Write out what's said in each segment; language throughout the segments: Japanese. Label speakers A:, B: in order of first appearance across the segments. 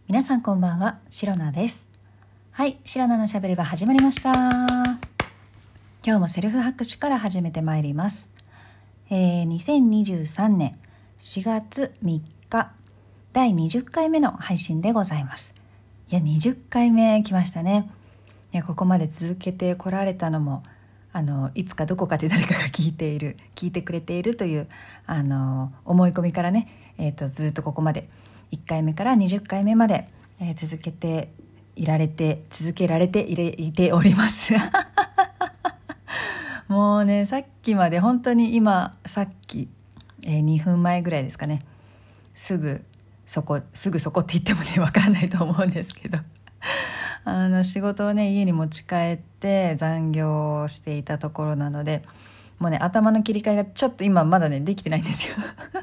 A: 皆さんこんばんは、シロナです。はい、シロナのしゃべり場始まりました。今日もセルフ拍手から始めてまいります。2023年4月3日第20回目の配信でございます。いや、20回目来ましたね。いや、ここまで続けてこられたのもいつかどこかで誰かが聞いてくれているという思い込みからね、ずっとここまで1回目から20回目まで、続けられていておりますもうね、さっきまで本当にさっき、2分前ぐらいですかね、すぐそこって言ってもねわからないと思うんですけど仕事をね家に持ち帰って残業をしていたところなので、もうね頭の切り替えがちょっと今まだねできてないんですよ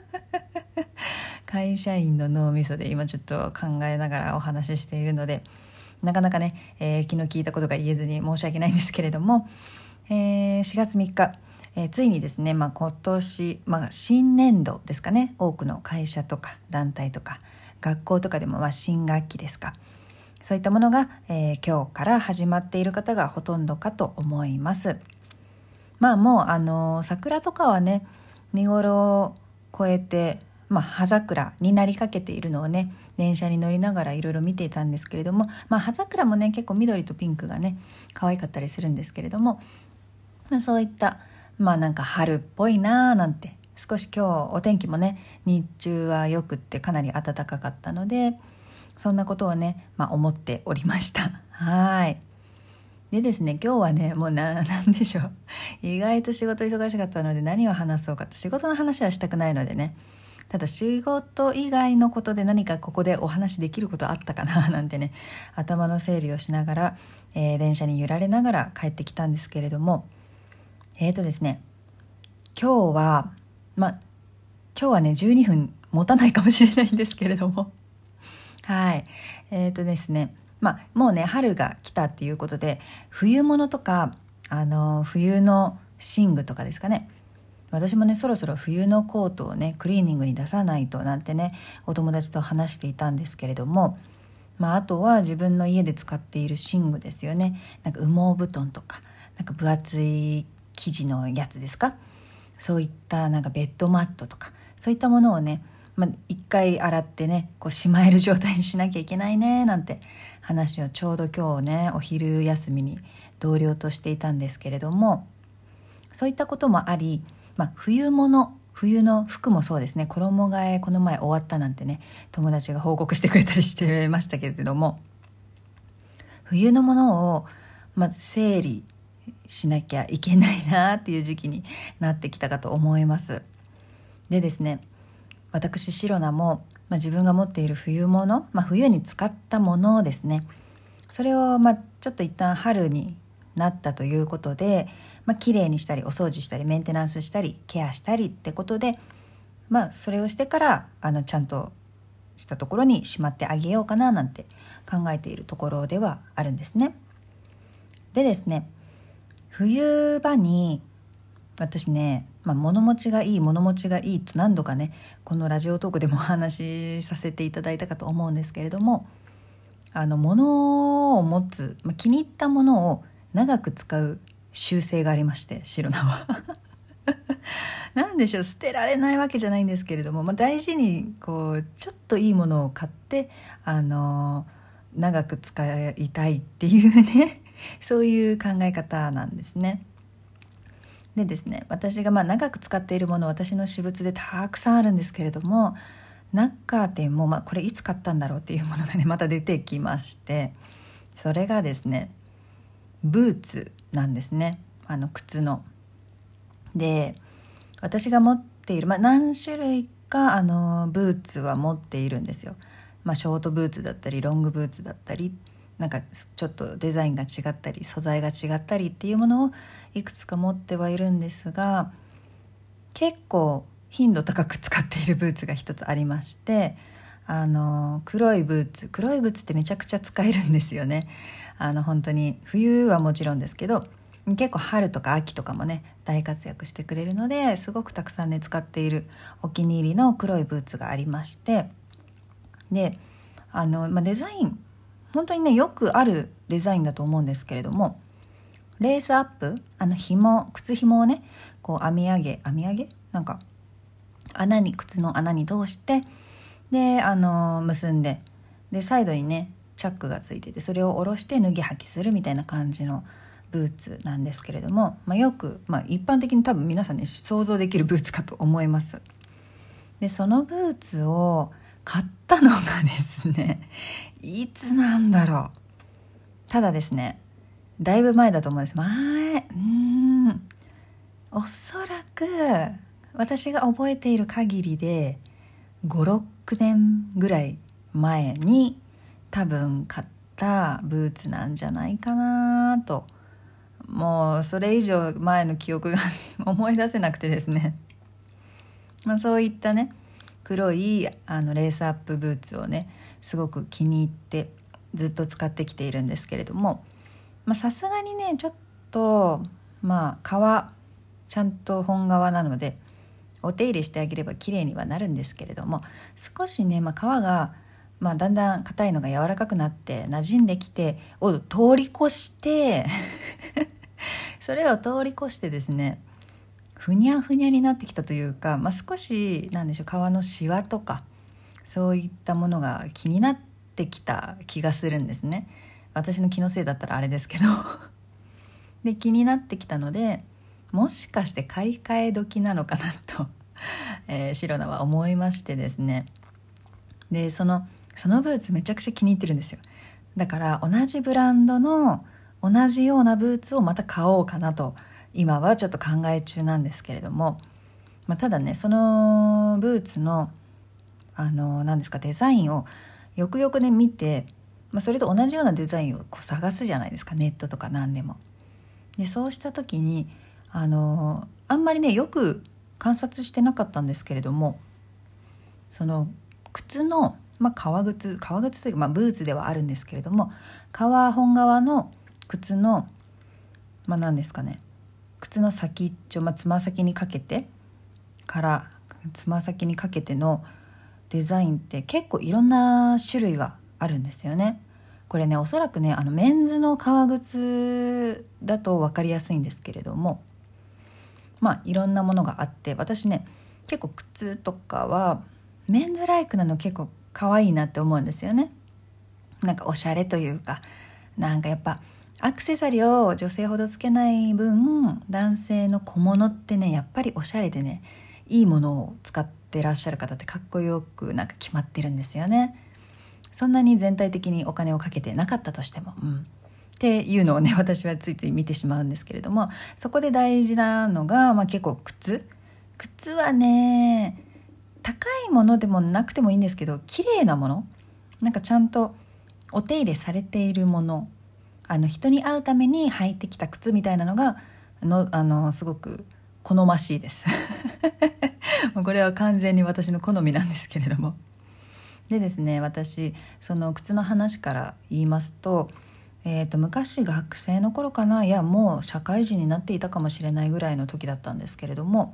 A: 会社員の脳みそで今ちょっと考えながらお話ししているので、なかなかね、昨日聞いたことが言えずに申し訳ないんですけれども、4月3日、ついにですね、今年、新年度ですかね、多くの会社とか団体とか学校とかでも新学期ですか、そういったものが、今日から始まっている方がほとんどかと思います。もう桜とかはね見頃を超えて、葉桜になりかけているのをね電車に乗りながらいろいろ見ていたんですけれども、葉桜もね結構緑とピンクがね可愛かったりするんですけれども、そういったなんか春っぽいなーなんて、少し今日お天気もね日中はよくってかなり暖かかったので、そんなことをね、思っておりましたはい。でですね、今日はねもうなんでしょう、意外と仕事忙しかったので何を話そうかと、仕事の話はしたくないのでね、ただ仕事以外のことで何かここでお話できることあったかななんてね、頭の整理をしながら、電車に揺られながら帰ってきたんですけれども、ですね、今日はね12分持たないかもしれないんですけれどもはいですね、もうね春が来たっていうことで、冬物とか冬の寝具とかですかね、私もねそろそろ冬のコートをねクリーニングに出さないとなんてねお友達と話していたんですけれども、あとは自分の家で使っている寝具ですよね。なんか羽毛布団とか、なんか分厚い生地のやつですか、そういったなんかベッドマットとか、そういったものをね一回洗ってねこうしまえる状態にしなきゃいけないねなんて話をちょうど今日ねお昼休みに同僚としていたんですけれども、そういったこともあり、冬の服もそうですね、衣替えこの前終わったなんてね友達が報告してくれたりしてましたけれども、冬のものを整理しなきゃいけないなっていう時期になってきたかと思います。でですね、私シロナも、自分が持っている冬物、冬に使ったものをですね、それをちょっと一旦春になったということで、きれいにしたりお掃除したりメンテナンスしたりケアしたりってことで、それをしてからちゃんとしたところにしまってあげようかななんて考えているところではあるんですね。でですね、冬場に私ね、物持ちがいいと何度かねこのラジオトークでもお話しさせていただいたかと思うんですけれども、物を持つ、気に入ったものを長く使う習性がありまして、シロナはなんでしょう、捨てられないわけじゃないんですけれども、大事にこうちょっといいものを買って長く使いたいっていうねそういう考え方なんですね。でですね、私が長く使っているもの、私の私物でたくさんあるんですけれども、中でもこれいつ買ったんだろうっていうものがねまた出てきまして、それがですねブーツなんですね。靴ので、私が持っている、何種類かブーツは持っているんですよ。ショートブーツだったりロングブーツだったり、なんかちょっとデザインが違ったり素材が違ったりっていうものをいくつか持ってはいるんですが、結構頻度高く使っているブーツが一つありまして、黒いブーツってめちゃくちゃ使えるんですよね。本当に冬はもちろんですけど、結構春とか秋とかもね大活躍してくれるので、すごくたくさんね使っているお気に入りの黒いブーツがありまして、でデザイン本当にねよくあるデザインだと思うんですけれども、レースアップ、靴紐をねこう編み上げなんか靴の穴に通して、で結んで、でサイドにねチャックがついてて、それを下ろして脱ぎ履きするみたいな感じのブーツなんですけれども、よく、一般的に多分皆さんね想像できるブーツかと思います。でそのブーツを買ったのがですねいつなんだろう。ただですねだいぶ前だと思うんです。おそらく私が覚えている限りで5、6年ぐらい前に多分買ったブーツなんじゃないかなと。もうそれ以上前の記憶が思い出せなくてですね、そういったね黒いレースアップブーツをねすごく気に入ってずっと使ってきているんですけれども、さすがにねちょっと革ちゃんと本革なのでお手入れしてあげれば綺麗にはなるんですけれども、少しね、革が、だんだん硬いのが柔らかくなって馴染んできてを通り越してそれを通り越してですねふにゃふにゃになってきたというか、少しなんでしょう、革のシワとかそういったものが気になってきた気がするんですね。私の気のせいだったらあれですけどで気になってきたので、もしかして買い替え時なのかなとシロナは思いましてですね。でそのブーツめちゃくちゃ気に入ってるんですよ。だから同じブランドの同じようなブーツをまた買おうかなと今はちょっと考え中なんですけれども、ただねそのブーツの何ですかデザインをよくよくね見て、それと同じようなデザインをこう探すじゃないですか、ネットとか何でも。でそうした時にあんまりねよく観察してなかったんですけれども、その靴の、革靴というか、ブーツではあるんですけれども、本革の靴の何ですかね、靴の先っちょ、つま先にかけてのデザインって結構いろんな種類があるんですよね。これねおそらくねメンズの革靴だと分かりやすいんですけれども、いろんなものがあって、私ね結構靴とかはメンズライクなの結構可愛いなって思うんですよね。なんかおしゃれというか、なんかやっぱアクセサリーを女性ほどつけない分、男性の小物ってねやっぱりおしゃれでねいいものを使ってらっしゃる方ってかっこよくなんか決まってるんですよね。そんなに全体的にお金をかけてなかったとしても、っていうのをね私はついつい見てしまうんですけれども、そこで大事なのが、結構靴はね高いものでもなくてもいいんですけど、綺麗なもの、なんかちゃんとお手入れされているもの、人に会うために履いてきた靴みたいなのがすごく好ましいですこれは完全に私の好みなんですけれども。でですね、私その靴の話から言いますと、昔学生の頃かな、いやもう社会人になっていたかもしれないぐらいの時だったんですけれども、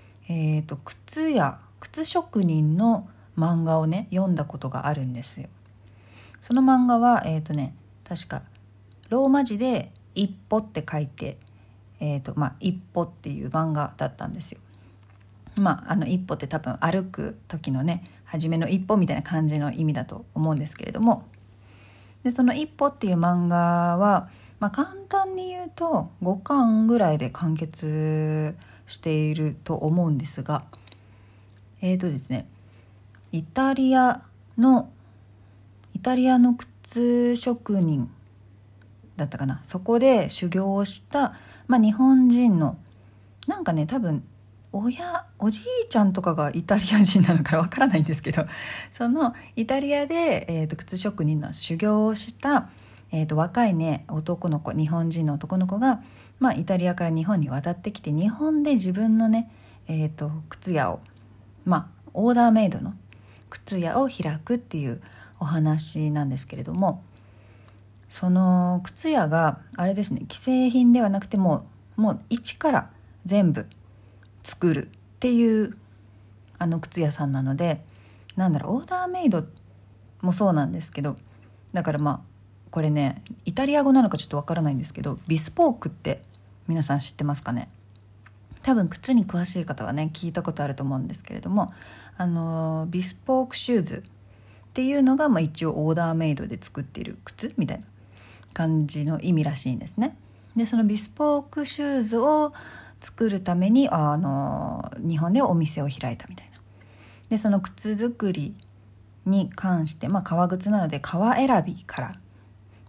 A: 靴職人の漫画をね読んだことがあるんですよ。その漫画は確かローマ字で一歩って書いて、一歩っていう漫画だったんですよ。一歩って多分歩く時のね初めの一歩みたいな感じの意味だと思うんですけれども、でその一歩っていう漫画は、簡単に言うと5巻ぐらいで完結していると思うんですが、ですねイタリアの靴職人だったかな、そこで修行をした、日本人のなんかね多分おじいちゃんとかがイタリア人なのかわからないんですけど、そのイタリアで、靴職人の修行をした、若いね男の子、日本人の男の子が、イタリアから日本に渡ってきて、日本で自分のね、靴屋を、オーダーメイドの靴屋を開くっていうお話なんですけれども、その靴屋があれですね、既製品ではなくてもう一から全部作るっていう靴屋さんなので、オーダーメイドもそうなんですけど、だからこれねイタリア語なのかちょっとわからないんですけど、ビスポークって皆さん知ってますかね。多分靴に詳しい方はね聞いたことあると思うんですけれども、ビスポークシューズっていうのが、一応オーダーメイドで作っている靴みたいな感じの意味らしいんですね。でそのビスポークシューズを作るために日本でお店を開いたみたいな。でその靴作りに関して、革靴なので革選びから、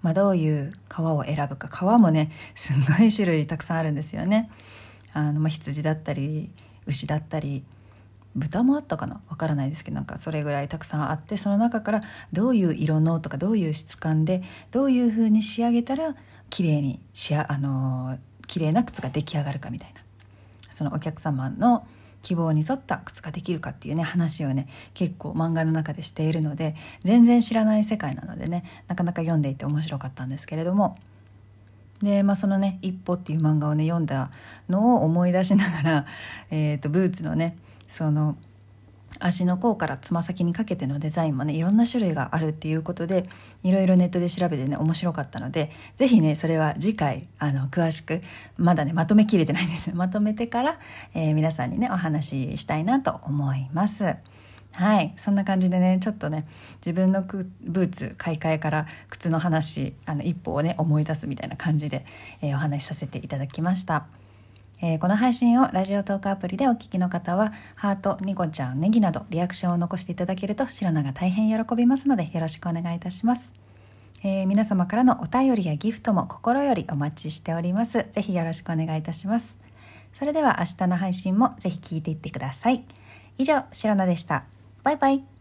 A: どういう革を選ぶか、革もねすんごい種類たくさんあるんですよね。羊だったり牛だったり豚もあったかな、わからないですけど、それぐらいたくさんあって、その中からどういう色のとかどういう質感でどういう風に仕上げたら綺麗な靴が出来上がるかみたいな、そのお客様の希望に沿った靴ができるかっていうね話をね結構漫画の中でしているので、全然知らない世界なのでねなかなか読んでいて面白かったんですけれども、でそのね「一歩」っていう漫画をね読んだのを思い出しながら、ブーツのねその足の甲からつま先にかけてのデザインもねいろんな種類があるっていうことで、いろいろネットで調べてね面白かったので、ぜひねそれは次回詳しく、まだねまとめきれてないんですよ。まとめてから、皆さんにねお話ししたいなと思います。はい、そんな感じでねちょっとね自分のブーツ買い替えから靴の話一歩をね思い出すみたいな感じで、お話しさせていただきました。この配信をラジオトークアプリでお聞きの方はハート、ニコちゃん、ネギなどリアクションを残していただけるとシロナが大変喜びますのでよろしくお願いいたします。皆様からのお便りやギフトも心よりお待ちしております。ぜひよろしくお願いいたします。それでは明日の配信もぜひ聞いていってください。以上、シロナでした。バイバイ。